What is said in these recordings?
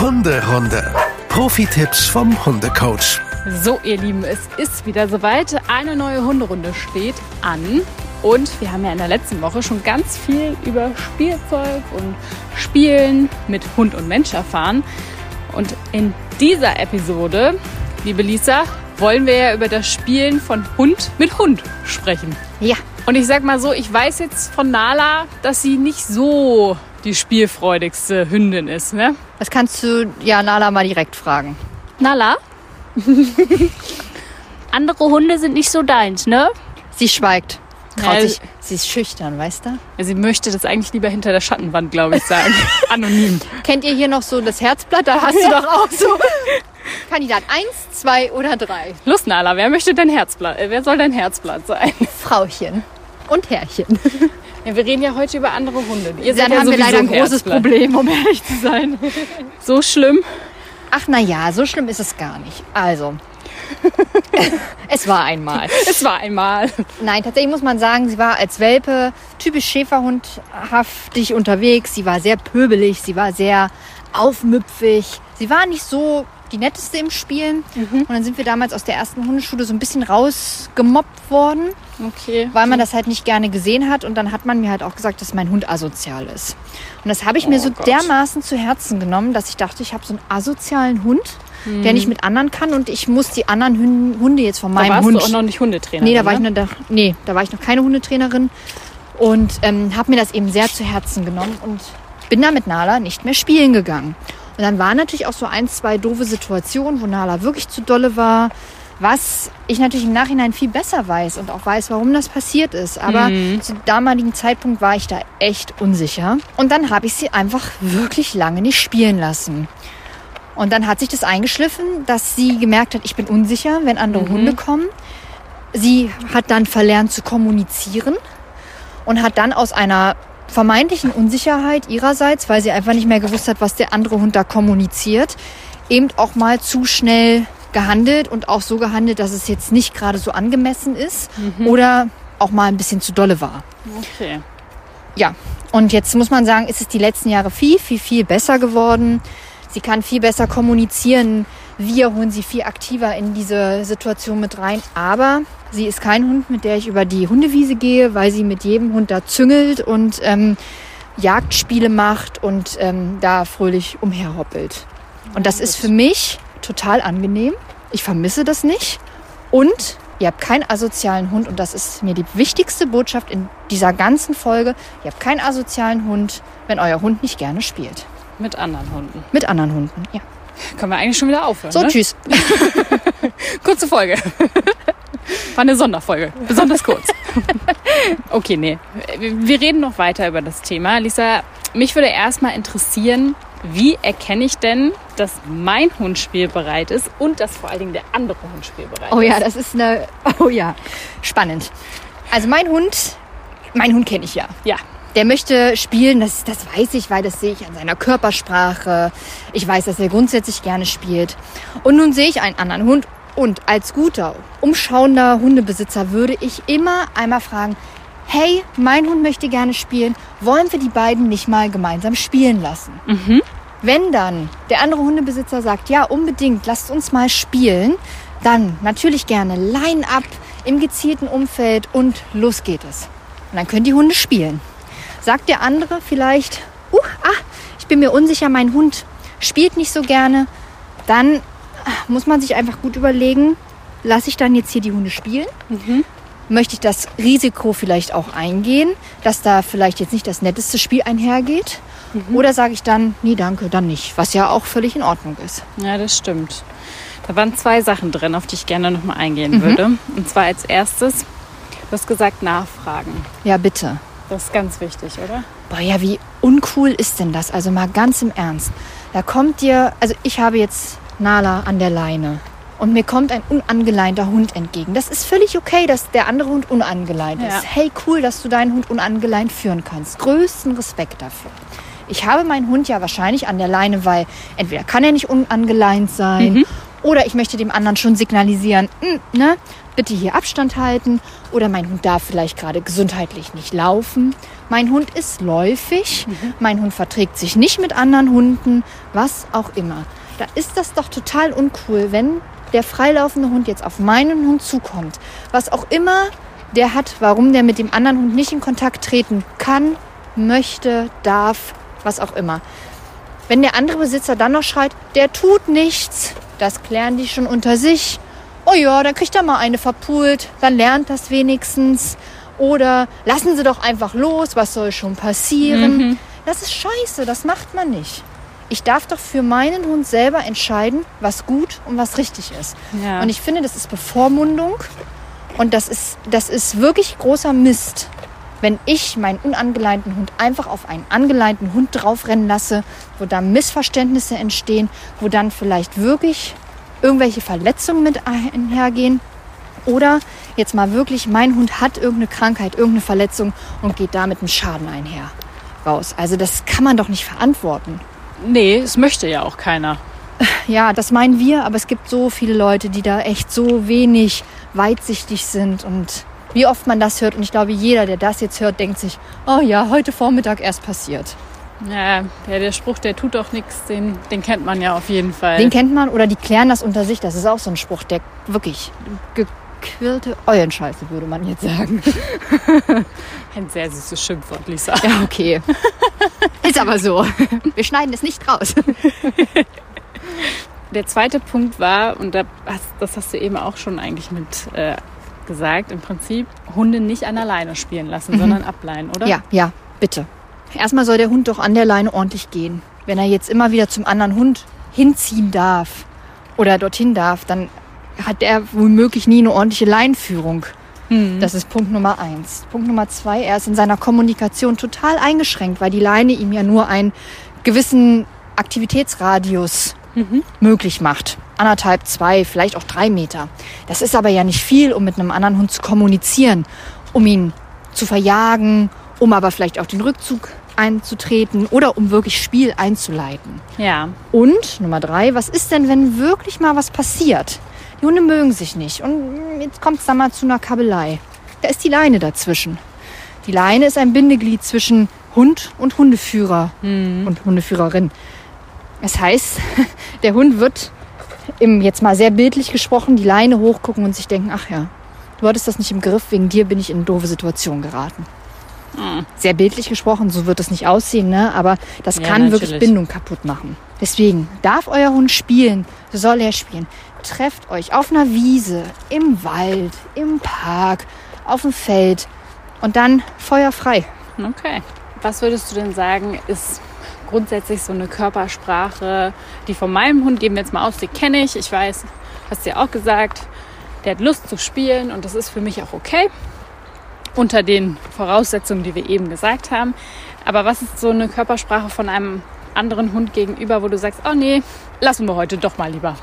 Hunderunde. Profi-Tipps vom Hundecoach. So, ihr Lieben, es ist wieder soweit. Eine neue Hunderunde steht an. Und wir haben ja in der letzten Woche schon ganz viel über Spielzeug und Spielen mit Hund und Mensch erfahren. Und in dieser Episode, liebe Lisa, wollen wir ja über das Spielen von Hund mit Hund sprechen. Ja. Und ich sag mal so, ich weiß jetzt von Nala, dass sie nicht so die spielfreudigste Hündin ist, ne? Das kannst du Nala mal direkt fragen. Nala? Andere Hunde sind nicht so deins, ne? Sie schweigt. Ja, Sie ist schüchtern, weißt du? Sie möchte das eigentlich lieber hinter der Schattenwand, glaube ich, sagen. Anonym. Kennt ihr hier noch so das Herzblatt? Da hast du doch auch so Kandidat 1, 2 oder 3. Los, Nala, wer soll dein Herzblatt sein? Frauchen und Herrchen. Ja, wir reden ja heute über andere Hunde. Dann haben wir leider ein großes Problem, um ehrlich zu sein. So schlimm? Ach na, so schlimm ist es gar nicht. Also, es war einmal. Es war einmal. Nein, tatsächlich muss man sagen, sie war als Welpe typisch schäferhundhaftig unterwegs. Sie war sehr pöbelig, sie war sehr aufmüpfig. Sie war nicht so die netteste im Spielen. Und dann sind wir damals aus der ersten Hundeschule so ein bisschen rausgemobbt worden. Okay. Weil man das halt nicht gerne gesehen hat. Und dann hat man mir halt auch gesagt, dass mein Hund asozial ist. Und das habe ich mir so dermaßen zu Herzen genommen, dass ich dachte, ich habe so einen asozialen Hund, der nicht mit anderen kann. Und ich muss die anderen Hunde jetzt von meinem Hund... Da warst du auch noch nicht Hundetrainerin, da war ich noch keine Hundetrainerin. Und habe mir das eben sehr zu Herzen genommen. Und bin da mit Nala nicht mehr spielen gegangen. Und dann waren natürlich auch so 1, 2 doofe Situationen, wo Nala wirklich zu dolle war. Was ich natürlich im Nachhinein viel besser weiß und auch weiß, warum das passiert ist. Aber zu damaligen Zeitpunkt war ich da echt unsicher. Und dann habe ich sie einfach wirklich lange nicht spielen lassen. Und dann hat sich das eingeschliffen, dass sie gemerkt hat, ich bin unsicher, wenn andere Hunde kommen. Sie hat dann verlernt zu kommunizieren und hat dann aus einer vermeintlichen Unsicherheit ihrerseits, weil sie einfach nicht mehr gewusst hat, was der andere Hund da kommuniziert, eben auch mal zu schnell gehandelt und auch so gehandelt, dass es jetzt nicht gerade so angemessen ist oder auch mal ein bisschen zu dolle war. Okay. Ja, und jetzt muss man sagen, ist es die letzten Jahre viel, viel, viel besser geworden. Sie kann viel besser kommunizieren. Wir holen sie viel aktiver in diese Situation mit rein. Aber sie ist kein Hund, mit der ich über die Hundewiese gehe, weil sie mit jedem Hund da züngelt und Jagdspiele macht und da fröhlich umherhoppelt. Und das ist für mich total angenehm. Ich vermisse das nicht. Und ihr habt keinen asozialen Hund. Und das ist mir die wichtigste Botschaft in dieser ganzen Folge. Ihr habt keinen asozialen Hund, wenn euer Hund nicht gerne spielt. Mit anderen Hunden. Mit anderen Hunden, ja. Können wir eigentlich schon wieder aufhören, So, ne? tschüss. Kurze Folge. War eine Sonderfolge. Besonders kurz. Okay, nee. Wir reden noch weiter über das Thema. Lisa, mich würde erstmal interessieren, wie erkenne ich denn, dass mein Hund spielbereit ist und dass vor allen Dingen der andere Hund spielbereit ist? Oh ja, das ist spannend. Also mein Hund kenne ich ja. Ja. Der möchte spielen, das weiß ich, weil das sehe ich an seiner Körpersprache. Ich weiß, dass er grundsätzlich gerne spielt. Und nun sehe ich einen anderen Hund und als guter, umschauender Hundebesitzer würde ich immer einmal fragen, hey, mein Hund möchte gerne spielen, wollen wir die beiden nicht mal gemeinsam spielen lassen? Wenn dann der andere Hundebesitzer sagt, ja, unbedingt, lasst uns mal spielen, dann natürlich gerne Line-up im gezielten Umfeld und los geht es. Und dann können die Hunde spielen. Sagt der andere vielleicht, ich bin mir unsicher, mein Hund spielt nicht so gerne, dann muss man sich einfach gut überlegen, lasse ich dann jetzt hier die Hunde spielen? Möchte ich das Risiko vielleicht auch eingehen, dass da vielleicht jetzt nicht das netteste Spiel einhergeht? Oder sage ich dann, nee, danke, dann nicht, was ja auch völlig in Ordnung ist. Ja, das stimmt. Da waren 2 Sachen drin, auf die ich gerne nochmal eingehen würde. Und zwar als erstes, du hast gesagt, nachfragen. Ja, bitte. Das ist ganz wichtig, oder? Boah, ja, wie uncool ist denn das? Also mal ganz im Ernst. Da kommt dir, also ich habe jetzt Nala an der Leine und mir kommt ein unangeleinter Hund entgegen. Das ist völlig okay, dass der andere Hund unangeleint ist. Hey, cool, dass du deinen Hund unangeleint führen kannst. Größten Respekt dafür. Ich habe meinen Hund ja wahrscheinlich an der Leine, weil entweder kann er nicht unangeleint sein oder ich möchte dem anderen schon signalisieren, bitte hier Abstand halten oder mein Hund darf vielleicht gerade gesundheitlich nicht laufen. Mein Hund ist läufig, mein Hund verträgt sich nicht mit anderen Hunden, was auch immer. Da ist das doch total uncool, wenn der freilaufende Hund jetzt auf meinen Hund zukommt. Was auch immer der hat, warum der mit dem anderen Hund nicht in Kontakt treten kann, möchte, darf, was auch immer. Wenn der andere Besitzer dann noch schreit, der tut nichts, das klären die schon unter sich. Oh ja, dann kriegt er mal eine verpult, dann lernt das wenigstens. Oder lassen Sie doch einfach los, was soll schon passieren? Das ist scheiße, das macht man nicht. Ich darf doch für meinen Hund selber entscheiden, was gut und was richtig ist. Ja. Und ich finde, das ist Bevormundung und das ist wirklich großer Mist, wenn ich meinen unangeleinten Hund einfach auf einen angeleinten Hund draufrennen lasse, wo dann Missverständnisse entstehen, wo dann vielleicht wirklich irgendwelche Verletzungen mit einhergehen. Oder jetzt mal wirklich, mein Hund hat irgendeine Krankheit, irgendeine Verletzung und geht da mit einem Schaden einher raus. Also das kann man doch nicht verantworten. Nee, es möchte ja auch keiner. Ja, das meinen wir, aber es gibt so viele Leute, die da echt so wenig weitsichtig sind und wie oft man das hört. Und ich glaube, jeder, der das jetzt hört, denkt sich, oh ja, heute Vormittag erst passiert. Ja, der Spruch, der tut doch nichts, den kennt man ja auf jeden Fall. Den kennt man oder die klären das unter sich. Das ist auch so ein Spruch, der wirklich gequirlte Eulenscheiße, würde man jetzt sagen. Ein sehr süßes Schimpfwort, Lisa. Ja, okay. Ist aber so. Wir schneiden es nicht raus. Der zweite Punkt war, und das hast du eben auch schon eigentlich mit gesagt, im Prinzip Hunde nicht an der Leine spielen lassen, sondern ableihen, oder? Ja, bitte. Erstmal soll der Hund doch an der Leine ordentlich gehen. Wenn er jetzt immer wieder zum anderen Hund hinziehen darf oder dorthin darf, dann hat er womöglich nie eine ordentliche Leinenführung. Das ist Punkt Nummer 1. Punkt Nummer 2, er ist in seiner Kommunikation total eingeschränkt, weil die Leine ihm ja nur einen gewissen Aktivitätsradius möglich macht. 1,5, 2, vielleicht auch 3 Meter. Das ist aber ja nicht viel, um mit einem anderen Hund zu kommunizieren, um ihn zu verjagen, um aber vielleicht auch den Rückzug einzutreten oder um wirklich Spiel einzuleiten. Ja. Und Nummer 3, was ist denn, wenn wirklich mal was passiert? Die Hunde mögen sich nicht und jetzt kommt es dann mal zu einer Kabelei. Da ist die Leine dazwischen. Die Leine ist ein Bindeglied zwischen Hund und Hundeführer und Hundeführerin. Das heißt, der Hund wird, jetzt mal sehr bildlich gesprochen, die Leine hochgucken und sich denken, ach ja, du hattest das nicht im Griff, wegen dir bin ich in eine doofe Situation geraten. Sehr bildlich gesprochen, so wird es nicht aussehen, ne? Aber das kann wirklich Bindung kaputt machen. Deswegen, darf euer Hund spielen, soll er spielen. Trefft euch auf einer Wiese, im Wald, im Park, auf dem Feld und dann feuerfrei. Okay. Was würdest du denn sagen, ist grundsätzlich so eine Körpersprache, die von meinem Hund, geben wir jetzt mal aus, die kenne ich. Ich weiß, hast du ja auch gesagt, der hat Lust zu spielen und das ist für mich auch okay. Unter den Voraussetzungen, die wir eben gesagt haben. Aber was ist so eine Körpersprache von einem anderen Hund gegenüber, wo du sagst, oh nee, lassen wir heute doch mal lieber?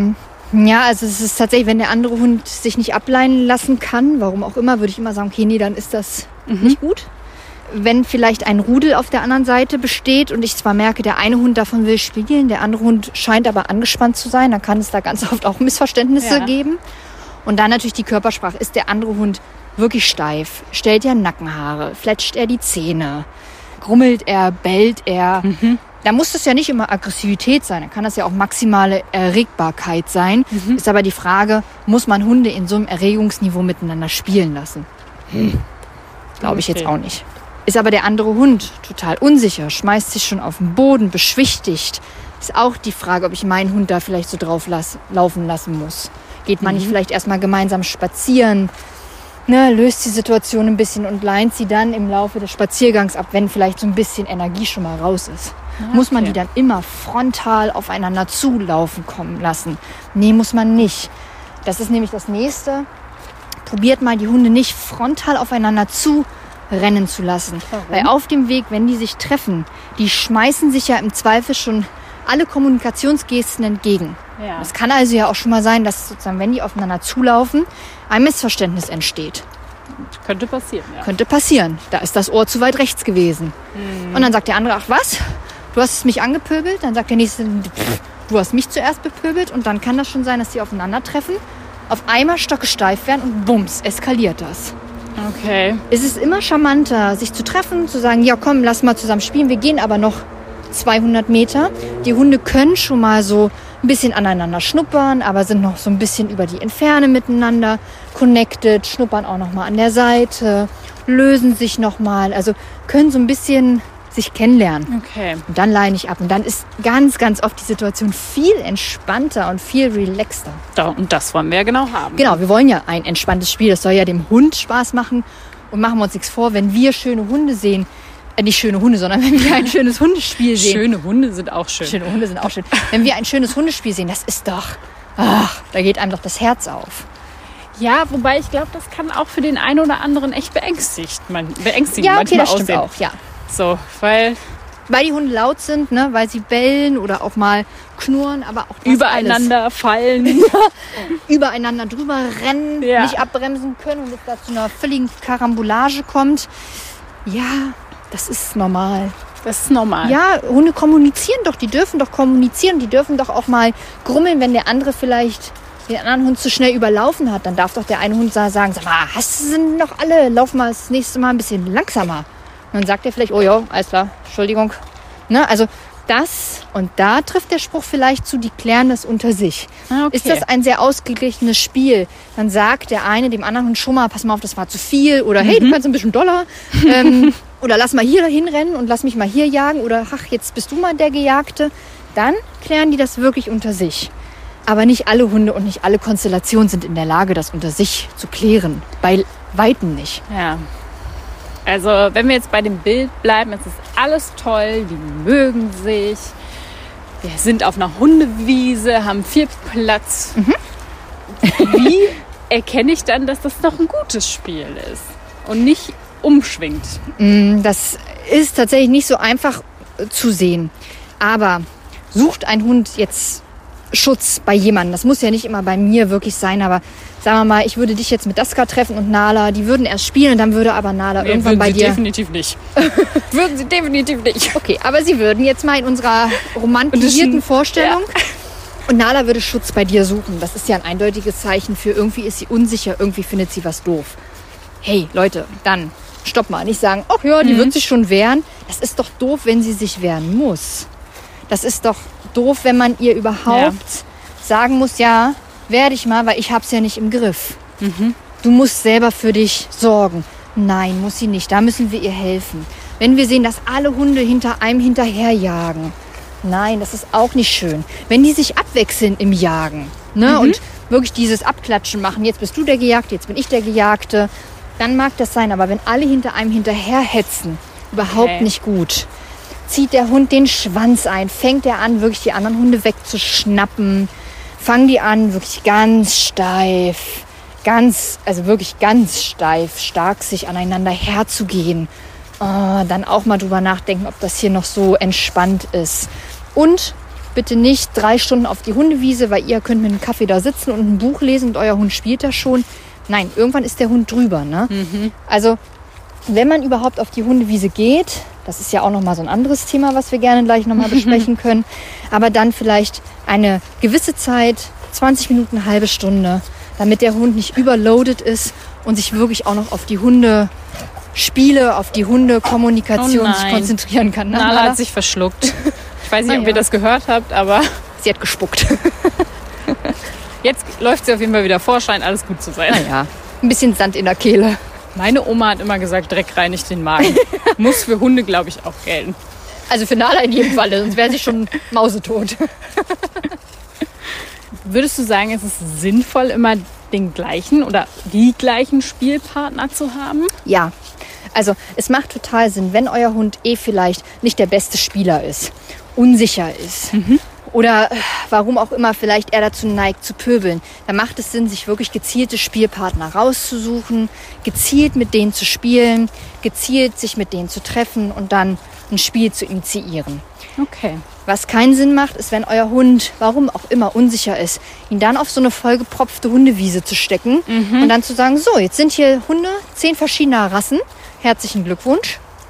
Ja, also es ist tatsächlich, wenn der andere Hund sich nicht ableihen lassen kann, warum auch immer, würde ich immer sagen, okay, nee, dann ist das nicht gut. Wenn vielleicht ein Rudel auf der anderen Seite besteht und ich zwar merke, der eine Hund davon will spielen, der andere Hund scheint aber angespannt zu sein, dann kann es da ganz oft auch Missverständnisse geben. Und dann natürlich die Körpersprache. Ist der andere Hund wirklich steif? Stellt er Nackenhaare? Fletscht er die Zähne? Grummelt er? Bellt er? Da muss das ja nicht immer Aggressivität sein. Da kann das ja auch maximale Erregbarkeit sein. Ist aber die Frage, muss man Hunde in so einem Erregungsniveau miteinander spielen lassen? Glaube ich jetzt auch nicht. Ist aber der andere Hund total unsicher, schmeißt sich schon auf den Boden, beschwichtigt, ist auch die Frage, ob ich meinen Hund da vielleicht so drauf laufen lassen muss. Geht man nicht vielleicht erstmal gemeinsam spazieren, ne, löst die Situation ein bisschen und leint sie dann im Laufe des Spaziergangs ab, wenn vielleicht so ein bisschen Energie schon mal raus ist. Okay. Muss man die dann immer frontal aufeinander zulaufen kommen lassen? Nee, muss man nicht. Das ist nämlich das Nächste. Probiert mal, die Hunde nicht frontal aufeinander zu rennen zu lassen. Warum? Weil auf dem Weg, wenn die sich treffen, die schmeißen sich ja im Zweifel schon alle Kommunikationsgesten entgegen. Ja. Es kann also ja auch schon mal sein, dass sozusagen, wenn die aufeinander zulaufen, ein Missverständnis entsteht. Könnte passieren, ja. Könnte passieren. Da ist das Ohr zu weit rechts gewesen. Und dann sagt der andere, ach was? Du hast mich angepöbelt? Dann sagt der Nächste, du hast mich zuerst bepöbelt. Und dann kann das schon sein, dass die aufeinandertreffen. auf einmal stockesteif werden und bums, eskaliert das. Okay. Es ist immer charmanter, sich zu treffen, zu sagen, ja komm, lass mal zusammen spielen. Wir gehen aber noch 200 Meter. Die Hunde können schon mal so ein bisschen aneinander schnuppern, aber sind noch so ein bisschen über die Entferne miteinander connected, schnuppern auch noch mal an der Seite, lösen sich noch mal, also können so ein bisschen sich kennenlernen. Okay. Und dann leine ich ab. Und dann ist ganz, ganz oft die Situation viel entspannter und viel relaxter. Und das wollen wir ja genau haben. Genau, wir wollen ja ein entspanntes Spiel. Das soll ja dem Hund Spaß machen. Und machen wir uns nichts vor, wenn wir schöne Hunde sehen, nicht schöne Hunde, sondern wenn wir ein schönes Hundespiel sehen. Schöne Hunde sind auch schön. Schöne Hunde sind auch schön. Wenn wir ein schönes Hundespiel sehen, das ist doch, ach, da geht einem doch das Herz auf. Ja, wobei ich glaube, das kann auch für den einen oder anderen echt beängstigend Ja, okay, manchmal das stimmt aussehen. auch, ja. So, weil die Hunde laut sind, ne, weil sie bellen oder auch mal knurren, aber auch das übereinander fallen. übereinander drüber rennen, Ja. nicht abbremsen können und es da zu einer völligen Karambolage kommt. Ja, das ist normal. Das ist normal. Ja, Hunde kommunizieren doch, die dürfen doch kommunizieren, die dürfen doch auch mal grummeln, wenn der andere vielleicht den anderen Hund zu schnell überlaufen hat. Dann darf doch der eine Hund sagen, sag mal, sind noch alle, lauf mal das nächste Mal ein bisschen langsamer. Und dann sagt er vielleicht, oh ja, alles klar, Entschuldigung. Ne, also das, und da trifft der Spruch vielleicht zu, die klären das unter sich. Ah, okay. Ist das ein sehr ausgeglichenes Spiel, dann sagt der eine dem anderen Hund schon mal, pass mal auf, das war zu viel. Oder hey, du kannst ein bisschen doller. Oder lass mal hier hinrennen und lass mich mal hier jagen. Oder ach, jetzt bist du mal der Gejagte. Dann klären die das wirklich unter sich. Aber nicht alle Hunde und nicht alle Konstellationen sind in der Lage, das unter sich zu klären. Bei Weitem nicht. Ja. Also, wenn wir jetzt bei dem Bild bleiben, es ist alles toll, die mögen sich. Wir sind auf einer Hundewiese, haben viel Platz. Wie erkenne ich dann, dass das noch ein gutes Spiel ist und nicht umschwingt? Das ist tatsächlich nicht so einfach zu sehen. Aber sucht ein Hund jetzt Schutz bei jemandem? Das muss ja nicht immer bei mir wirklich sein, aber sagen wir mal, ich würde dich jetzt mit Daska treffen und Nala, die würden erst spielen und dann würde aber Nala irgendwann bei dir... Definitiv nicht. Würden sie definitiv nicht. Okay, aber sie würden jetzt mal in unserer romantisierten Vorstellung... Ja. Und Nala würde Schutz bei dir suchen. Das ist ja ein eindeutiges Zeichen für irgendwie ist sie unsicher, irgendwie findet sie was doof. Hey, Leute, dann stopp mal. Nicht sagen, ach ja, die wird sich schon wehren. Das ist doch doof, wenn sie sich wehren muss. Das ist doch doof, wenn man ihr überhaupt sagen muss, ja, wehr dich mal, weil ich hab's ja nicht im Griff. Du musst selber für dich sorgen. Nein, muss sie nicht. Da müssen wir ihr helfen. Wenn wir sehen, dass alle Hunde hinter einem hinterherjagen, nein, das ist auch nicht schön. Wenn die sich abwechseln im Jagen, ne, und wirklich dieses Abklatschen machen, jetzt bist du der Gejagte, jetzt bin ich der Gejagte, dann mag das sein. Aber wenn alle hinter einem hinterherhetzen, überhaupt nicht gut. Zieht der Hund den Schwanz ein, fängt er an, wirklich die anderen Hunde wegzuschnappen, fangen die an, wirklich ganz steif, wirklich ganz steif, stark sich aneinander herzugehen. Dann auch mal drüber nachdenken, ob das hier noch so entspannt ist. Und bitte nicht 3 Stunden auf die Hundewiese, weil ihr könnt mit einem Kaffee da sitzen und ein Buch lesen und euer Hund spielt da schon. Nein, irgendwann ist der Hund drüber. Ne? Also wenn man überhaupt auf die Hundewiese geht, das ist ja auch nochmal so ein anderes Thema, was wir gerne gleich nochmal besprechen können, aber dann vielleicht eine gewisse Zeit, 20 Minuten, eine halbe Stunde, damit der Hund nicht überloadet ist und sich wirklich auch noch auf die Hundespiele, auf die Hundekommunikation sich konzentrieren kann. Ne? Nala hat sich verschluckt. Ich weiß nicht, ob ihr das gehört habt, aber sie hat gespuckt. Jetzt läuft sie auf jeden Fall wieder vor, scheint alles gut zu sein. Naja, ein bisschen Sand in der Kehle. Meine Oma hat immer gesagt, Dreck reinigt den Magen. Muss für Hunde, glaube ich, auch gelten. Also für Nala in jedem Fall, sonst wäre sie schon mausetot. Würdest du sagen, es ist sinnvoll, immer den gleichen oder die gleichen Spielpartner zu haben? Ja, also es macht total Sinn, wenn euer Hund vielleicht nicht der beste Spieler ist, unsicher ist oder warum auch immer vielleicht er dazu neigt zu pöbeln, dann macht es Sinn, sich wirklich gezielte Spielpartner rauszusuchen, gezielt mit denen zu spielen, gezielt sich mit denen zu treffen und dann ein Spiel zu initiieren. Okay. Was keinen Sinn macht, ist, wenn euer Hund, warum auch immer, unsicher ist, ihn dann auf so eine vollgepropfte Hundewiese zu stecken und dann zu sagen, so, jetzt sind hier Hunde, 10 verschiedener Rassen, herzlichen Glückwunsch,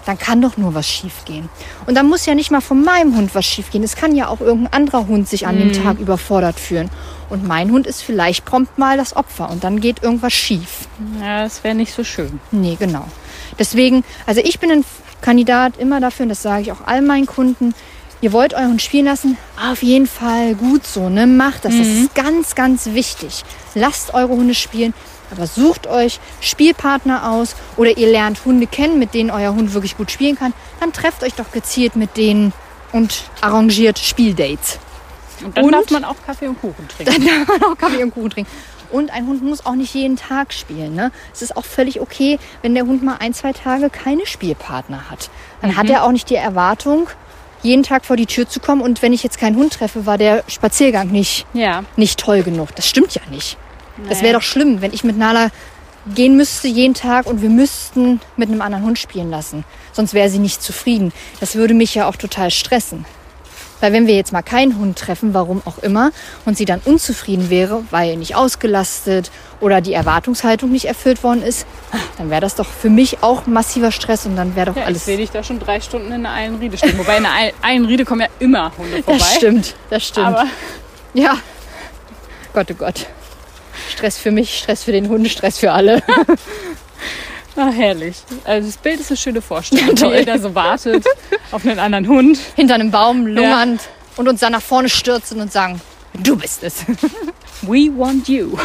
dann kann doch nur was schief gehen. Und dann muss ja nicht mal von meinem Hund was schief gehen. Es kann ja auch irgendein anderer Hund sich an dem Tag überfordert fühlen. Und mein Hund ist vielleicht prompt mal das Opfer und dann geht irgendwas schief. Ja, das wäre nicht so schön. Nee, genau. Deswegen, also ich bin ein Kandidat immer dafür, und das sage ich auch all meinen Kunden, ihr wollt euren Hund spielen lassen, auf jeden Fall gut so, ne? Macht das. Das ist ganz, ganz wichtig. Lasst eure Hunde spielen, aber sucht euch Spielpartner aus oder ihr lernt Hunde kennen, mit denen euer Hund wirklich gut spielen kann. Dann trefft euch doch gezielt mit denen und arrangiert Spieldates. Und dann darf man auch Kaffee und Kuchen trinken. Dann darf man auch Kaffee und Kuchen trinken. Und ein Hund muss auch nicht jeden Tag spielen. Ne? Es ist auch völlig okay, wenn der Hund mal 1-2 Tage keine Spielpartner hat. Dann hat er auch nicht die Erwartung, jeden Tag vor die Tür zu kommen. Und wenn ich jetzt keinen Hund treffe, war der Spaziergang nicht toll genug. Das stimmt ja nicht. Nee. Das wäre doch schlimm, wenn ich mit Nala gehen müsste jeden Tag und wir müssten mit einem anderen Hund spielen lassen. Sonst wäre sie nicht zufrieden. Das würde mich ja auch total stressen. Weil wenn wir jetzt mal keinen Hund treffen, warum auch immer, und sie dann unzufrieden wäre, weil nicht ausgelastet oder die Erwartungshaltung nicht erfüllt worden ist, dann wäre das doch für mich auch massiver Stress und dann wäre doch alles... Ich sehe dich da schon 3 Stunden in einer Eilenriede stehen. Wobei in einer Eilenriede kommen ja immer Hunde vorbei. Das stimmt. Aber ja, Gott, oh Gott. Stress für mich, Stress für den Hund, Stress für alle. Ach, herrlich. Also das Bild ist eine schöne Vorstellung, wie ihr da so wartet auf einen anderen Hund. Hinter einem Baum lungernd und uns dann nach vorne stürzen und sagen, du bist es. We want you.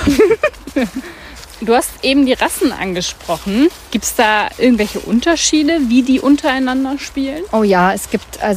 Du hast eben die Rassen angesprochen. Gibt es da irgendwelche Unterschiede, wie die untereinander spielen? Oh ja, es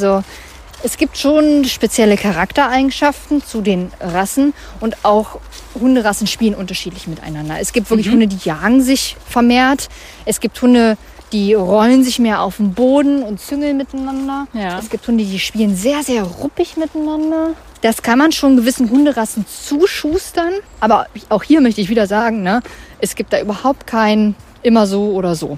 gibt schon spezielle Charaktereigenschaften zu den Rassen und auch Hunderassen spielen unterschiedlich miteinander. Es gibt wirklich Hunde, die jagen sich vermehrt. Es gibt Hunde, die rollen sich mehr auf den Boden und züngeln miteinander. Ja. Es gibt Hunde, die spielen sehr, sehr ruppig miteinander. Das kann man schon gewissen Hunderassen zuschustern. Aber auch hier möchte ich wieder sagen, ne, es gibt da überhaupt kein immer so oder so.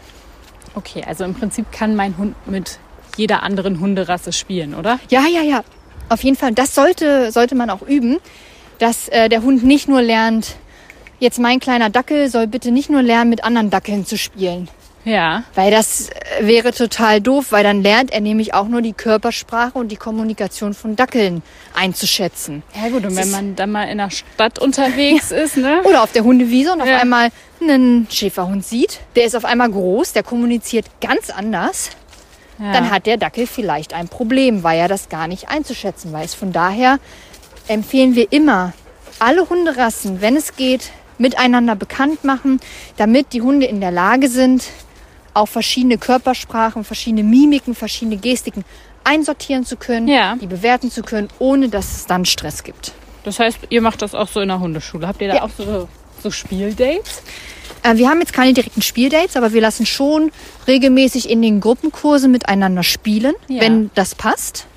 Okay, also im Prinzip kann mein Hund mit jeder anderen Hunderasse spielen, oder? Ja. Auf jeden Fall. Das sollte man auch üben, dass der Hund nicht nur lernt, jetzt mein kleiner Dackel soll bitte nicht nur lernen, mit anderen Dackeln zu spielen. Ja. Weil das wäre total doof, weil dann lernt er nämlich auch nur die Körpersprache und die Kommunikation von Dackeln einzuschätzen. Ja gut, und wenn man dann mal in der Stadt unterwegs ist, ne? Oder auf der Hundewiese und auf einmal einen Schäferhund sieht, der ist auf einmal groß, der kommuniziert ganz anders. Ja. Dann hat der Dackel vielleicht ein Problem, weil er das gar nicht einzuschätzen weiß. Von daher empfehlen wir immer, alle Hunderassen, wenn es geht, miteinander bekannt machen, damit die Hunde in der Lage sind, auch verschiedene Körpersprachen, verschiedene Mimiken, verschiedene Gestiken einsortieren zu können, die bewerten zu können, ohne dass es dann Stress gibt. Das heißt, ihr macht das auch so in der Hundeschule. Habt ihr da auch so Spieldates? Wir haben jetzt keine direkten Spieldates, aber wir lassen schon regelmäßig in den Gruppenkursen miteinander spielen, wenn das passt.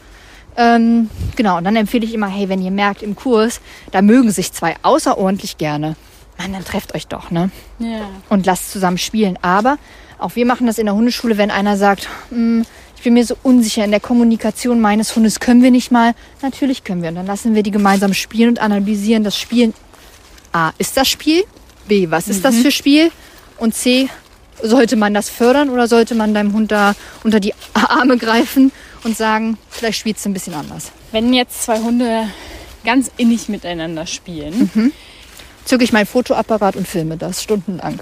Genau, und dann empfehle ich immer, hey, wenn ihr merkt im Kurs, da mögen sich 2 außerordentlich gerne, Mann, dann trefft euch doch, ne? Ja. Und lasst zusammen spielen. Aber auch wir machen das in der Hundeschule, wenn einer sagt, ich bin mir so unsicher in der Kommunikation meines Hundes, können wir nicht mal? Natürlich können wir. Und dann lassen wir die gemeinsam spielen und analysieren das Spielen. A, ist das Spiel? B, was ist das für Spiel? Und C, sollte man das fördern oder sollte man deinem Hund da unter die Arme greifen und sagen, vielleicht spielst du ein bisschen anders? Wenn jetzt 2 Hunde ganz innig miteinander spielen, zücke ich meinen Fotoapparat und filme das stundenlang.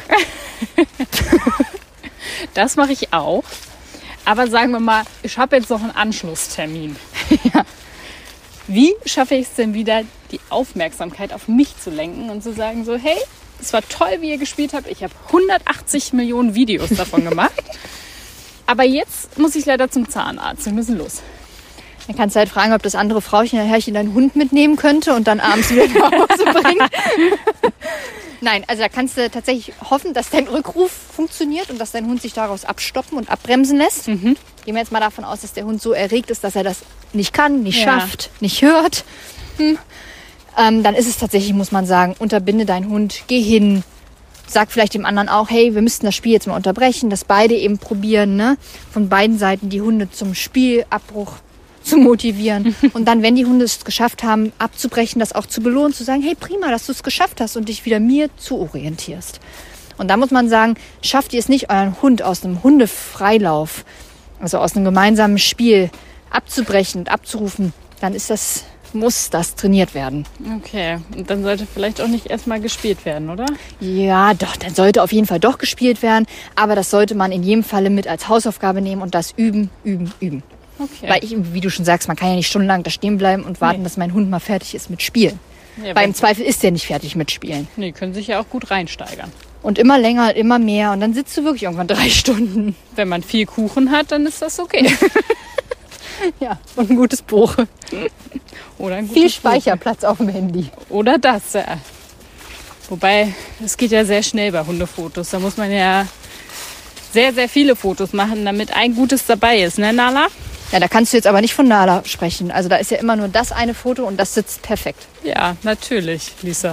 Das mache ich auch. Aber sagen wir mal, ich habe jetzt noch einen Anschlusstermin. Wie schaffe ich es denn wieder, die Aufmerksamkeit auf mich zu lenken und zu sagen so, hey, es war toll, wie ihr gespielt habt. Ich habe 180 Millionen Videos davon gemacht. Aber jetzt muss ich leider zum Zahnarzt. Wir müssen los. Dann kannst du halt fragen, ob das andere Frauchen, Herrchen, deinen Hund mitnehmen könnte und dann abends wieder nach Hause bringen. Nein, also da kannst du tatsächlich hoffen, dass dein Rückruf funktioniert und dass dein Hund sich daraus abstoppen und abbremsen lässt. Gehen wir jetzt mal davon aus, dass der Hund so erregt ist, dass er das nicht kann, nicht schafft, nicht hört. Dann ist es tatsächlich, muss man sagen, unterbinde deinen Hund, geh hin, sag vielleicht dem anderen auch, hey, wir müssten das Spiel jetzt mal unterbrechen, dass beide eben probieren, ne, von beiden Seiten die Hunde zum Spielabbruch zu motivieren. Und dann, wenn die Hunde es geschafft haben, abzubrechen, das auch zu belohnen, zu sagen, hey, prima, dass du es geschafft hast und dich wieder mir zu orientierst. Und da muss man sagen, schafft ihr es nicht, euren Hund aus einem Hundefreilauf, also aus einem gemeinsamen Spiel abzubrechen und abzurufen, dann muss das trainiert werden. Okay, und dann sollte vielleicht auch nicht erstmal gespielt werden, oder? Ja, doch, dann sollte auf jeden Fall doch gespielt werden. Aber das sollte man in jedem Falle mit als Hausaufgabe nehmen und das üben. Okay. Weil wie du schon sagst, man kann ja nicht stundenlang da stehen bleiben und warten, dass mein Hund mal fertig ist mit Spielen. Ja, weil im Zweifel ist der nicht fertig mit Spielen. Nee, können sich ja auch gut reinsteigern. Und immer länger, immer mehr. Und dann sitzt du wirklich irgendwann 3 Stunden. Wenn man viel Kuchen hat, dann ist das okay. Ja, und ein gutes Buch. Oder ein gutes Viel Buch. Speicherplatz auf dem Handy. Oder das, ja. Wobei, es geht ja sehr schnell bei Hundefotos. Da muss man ja sehr, sehr viele Fotos machen, damit ein gutes dabei ist, ne, Nala? Ja, da kannst du jetzt aber nicht von Nala sprechen. Also da ist ja immer nur das eine Foto und das sitzt perfekt. Ja, natürlich, Lisa.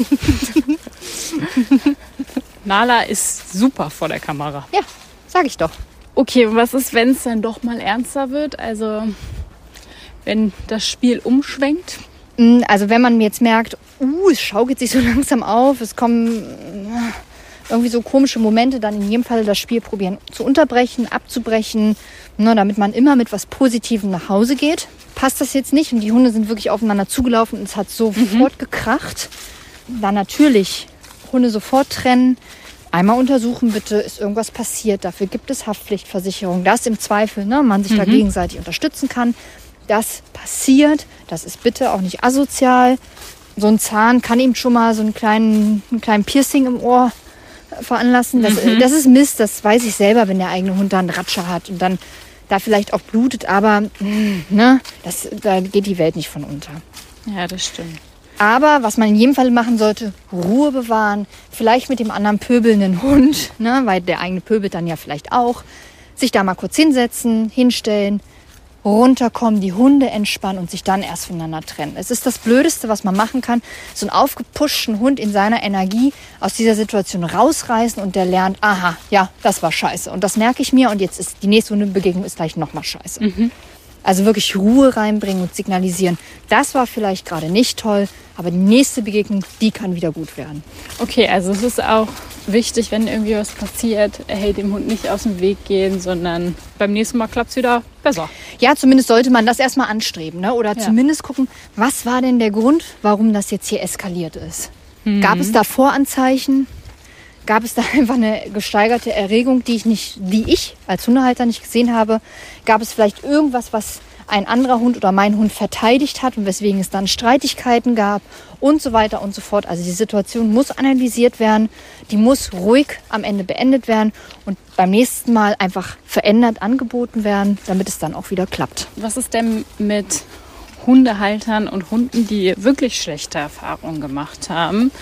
Nala ist super vor der Kamera. Ja, sag ich doch. Okay, und was ist, wenn es dann doch mal ernster wird? Also, wenn das Spiel umschwenkt? Also wenn man jetzt merkt, es schaukelt sich so langsam auf, es kommen irgendwie so komische Momente, dann in jedem Fall das Spiel probieren zu unterbrechen, abzubrechen, ne, damit man immer mit was Positivem nach Hause geht. Passt das jetzt nicht und die Hunde sind wirklich aufeinander zugelaufen und es hat sofort gekracht, dann natürlich Hunde sofort trennen. Einmal untersuchen bitte, ist irgendwas passiert. Dafür gibt es Haftpflichtversicherung, dass im Zweifel man sich da gegenseitig unterstützen kann. Das passiert, das ist bitte auch nicht asozial. So ein Zahn kann ihm schon mal so einen kleinen Piercing im Ohr veranlassen. Das ist Mist, das weiß ich selber, wenn der eigene Hund da einen Ratscher hat und dann da vielleicht auch blutet. Aber da geht die Welt nicht von unter. Ja, das stimmt. Aber was man in jedem Fall machen sollte, Ruhe bewahren, vielleicht mit dem anderen pöbelnden Hund, weil der eigene pöbelt dann ja vielleicht auch, sich da mal kurz hinsetzen, hinstellen, runterkommen, die Hunde entspannen und sich dann erst voneinander trennen. Es ist das Blödeste, was man machen kann, so einen aufgepushten Hund in seiner Energie aus dieser Situation rausreißen und der lernt, aha, ja, das war scheiße und das merke ich mir und jetzt ist die nächste Hundebegegnung ist gleich nochmal scheiße. Also wirklich Ruhe reinbringen und signalisieren, das war vielleicht gerade nicht toll, aber die nächste Begegnung, die kann wieder gut werden. Okay, also es ist auch wichtig, wenn irgendwie was passiert, dem Hund nicht aus dem Weg gehen, sondern beim nächsten Mal klappt es wieder besser. Ja, zumindest sollte man das erstmal anstreben, ne? Oder zumindest gucken, was war denn der Grund, warum das jetzt hier eskaliert ist. Gab es da Voranzeichen? Gab es da einfach eine gesteigerte Erregung, die ich als Hundehalter nicht gesehen habe? Gab es vielleicht irgendwas, was ein anderer Hund oder mein Hund verteidigt hat und weswegen es dann Streitigkeiten gab und so weiter und so fort. Also die Situation muss analysiert werden, die muss ruhig am Ende beendet werden und beim nächsten Mal einfach verändert angeboten werden, damit es dann auch wieder klappt. Was ist denn mit Hundehaltern und Hunden, die wirklich schlechte Erfahrungen gemacht haben,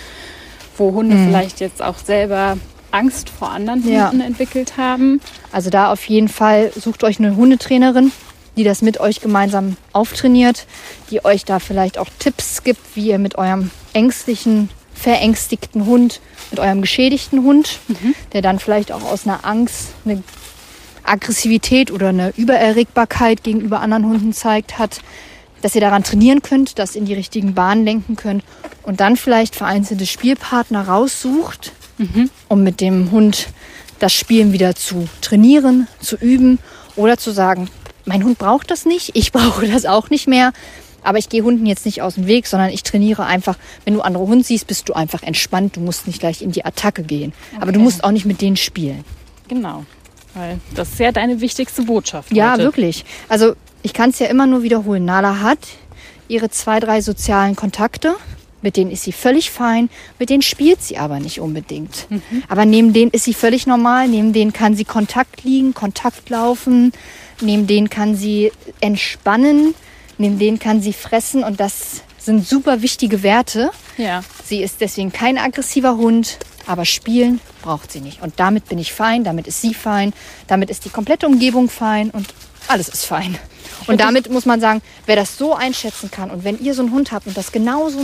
wo Hunde vielleicht jetzt auch selber Angst vor anderen Hunden entwickelt haben? Also da auf jeden Fall sucht euch eine Hundetrainerin, die das mit euch gemeinsam auftrainiert, die euch da vielleicht auch Tipps gibt, wie ihr mit eurem ängstlichen, verängstigten Hund, mit eurem geschädigten Hund, der dann vielleicht auch aus einer Angst eine Aggressivität oder eine Übererregbarkeit gegenüber anderen Hunden hat, dass ihr daran trainieren könnt, das in die richtigen Bahnen lenken könnt und dann vielleicht vereinzelte Spielpartner raussucht, um mit dem Hund das Spielen wieder zu trainieren, zu üben oder zu sagen, mein Hund braucht das nicht, ich brauche das auch nicht mehr, aber ich gehe Hunden jetzt nicht aus dem Weg, sondern ich trainiere einfach, wenn du andere Hunde siehst, bist du einfach entspannt, du musst nicht gleich in die Attacke gehen, aber du musst auch nicht mit denen spielen. Genau, weil das ist ja deine wichtigste Botschaft Ja, heute. Wirklich. Also ich kann es ja immer nur wiederholen. Nala hat ihre 2, 3 sozialen Kontakte, mit denen ist sie völlig fein, mit denen spielt sie aber nicht unbedingt. Aber neben denen ist sie völlig normal, neben denen kann sie Kontakt liegen, Kontakt laufen, neben denen kann sie entspannen, neben denen kann sie fressen und das sind super wichtige Werte. Ja. Sie ist deswegen kein aggressiver Hund, aber spielen braucht sie nicht. Und damit bin ich fein, damit ist sie fein, damit ist die komplette Umgebung fein und alles ist fein. Und damit muss man sagen, wer das so einschätzen kann und wenn ihr so einen Hund habt und das genauso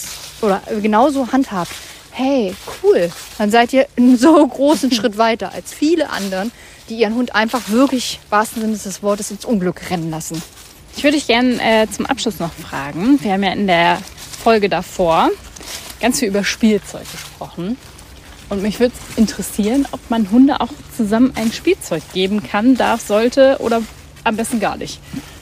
genauso handhabt, hey, cool, dann seid ihr einen so großen Schritt weiter als viele anderen, die ihren Hund einfach wirklich, im wahrsten Sinne des Wortes, ins Unglück rennen lassen. Ich würde dich gerne zum Abschluss noch fragen. Wir haben ja in der Folge davor ganz viel über Spielzeug gesprochen. Und mich würde es interessieren, ob man Hunde auch zusammen ein Spielzeug geben kann, darf, sollte oder am besten gar nicht.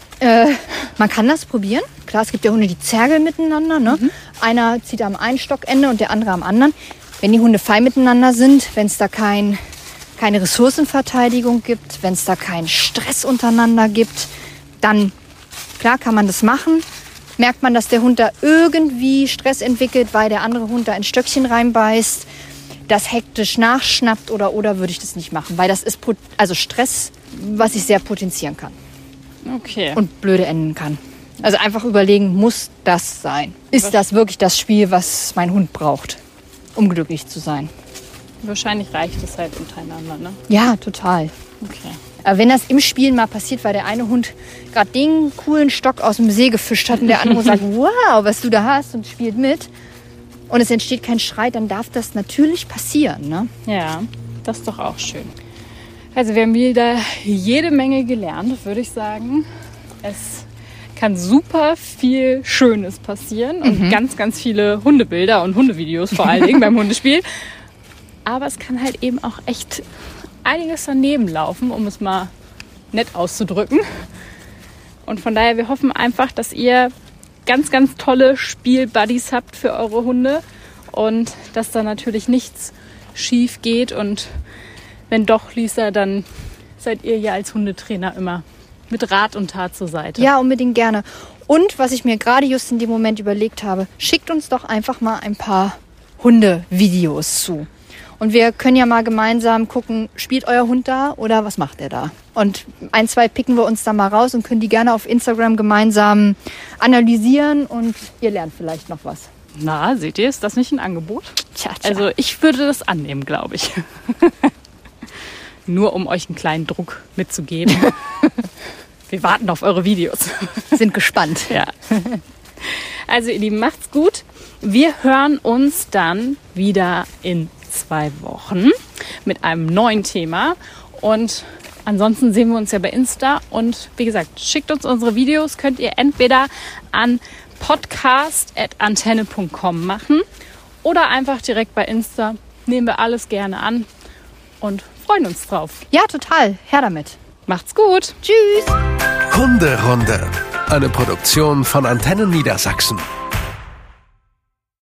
Man kann das probieren. Klar, es gibt ja Hunde, die zergeln miteinander. Ne? Einer zieht am einen Stockende und der andere am anderen. Wenn die Hunde fein miteinander sind, wenn es da keine Ressourcenverteidigung gibt, wenn es da keinen Stress untereinander gibt, dann, klar, kann man das machen. Merkt man, dass der Hund da irgendwie Stress entwickelt, weil der andere Hund da ein Stöckchen reinbeißt, das hektisch nachschnappt oder würde ich das nicht machen. Weil das ist Stress, was ich sehr potenzieren kann. Okay. Und blöde enden kann. Also einfach überlegen, muss das sein? Ist das wirklich das Spiel, was mein Hund braucht, um glücklich zu sein? Wahrscheinlich reicht es halt untereinander, ne? Ja, total. Okay. Aber wenn das im Spiel mal passiert, weil der eine Hund gerade den coolen Stock aus dem See gefischt hat und der andere sagt, wow, was du da hast und spielt mit und es entsteht kein Streit, dann darf das natürlich passieren, ne? Ja, das ist doch auch schön. Also wir haben wieder jede Menge gelernt, würde ich sagen. Es kann super viel Schönes passieren und ganz, ganz viele Hundebilder und Hundevideos vor allen Dingen beim Hundespiel. Aber es kann halt eben auch echt einiges daneben laufen, um es mal nett auszudrücken. Und von daher, wir hoffen einfach, dass ihr ganz, ganz tolle Spielbuddies habt für eure Hunde und dass da natürlich nichts schief geht. Und wenn doch, Lisa, dann seid ihr ja als Hundetrainer immer mit Rat und Tat zur Seite. Ja, unbedingt gerne. Und was ich mir gerade just in dem Moment überlegt habe, schickt uns doch einfach mal ein paar Hundevideos zu. Und wir können ja mal gemeinsam gucken, spielt euer Hund da oder was macht er da? Und 1, 2 picken wir uns da mal raus und können die gerne auf Instagram gemeinsam analysieren und ihr lernt vielleicht noch was. Na, seht ihr, ist das nicht ein Angebot? Tja. Also ich würde das annehmen, glaube ich. Nur um euch einen kleinen Druck mitzugeben. Wir warten auf eure Videos. Sind gespannt. Ja. Also ihr Lieben, macht's gut. Wir hören uns dann wieder in 2 Wochen mit einem neuen Thema. Und ansonsten sehen wir uns ja bei Insta. Und wie gesagt, schickt uns unsere Videos. Könnt ihr entweder an podcast@antenne.com machen oder einfach direkt bei Insta. Nehmen wir alles gerne an und freuen uns drauf. Ja, total. Her damit. Macht's gut. Tschüss. Hunderunde, eine Produktion von Antennen Niedersachsen.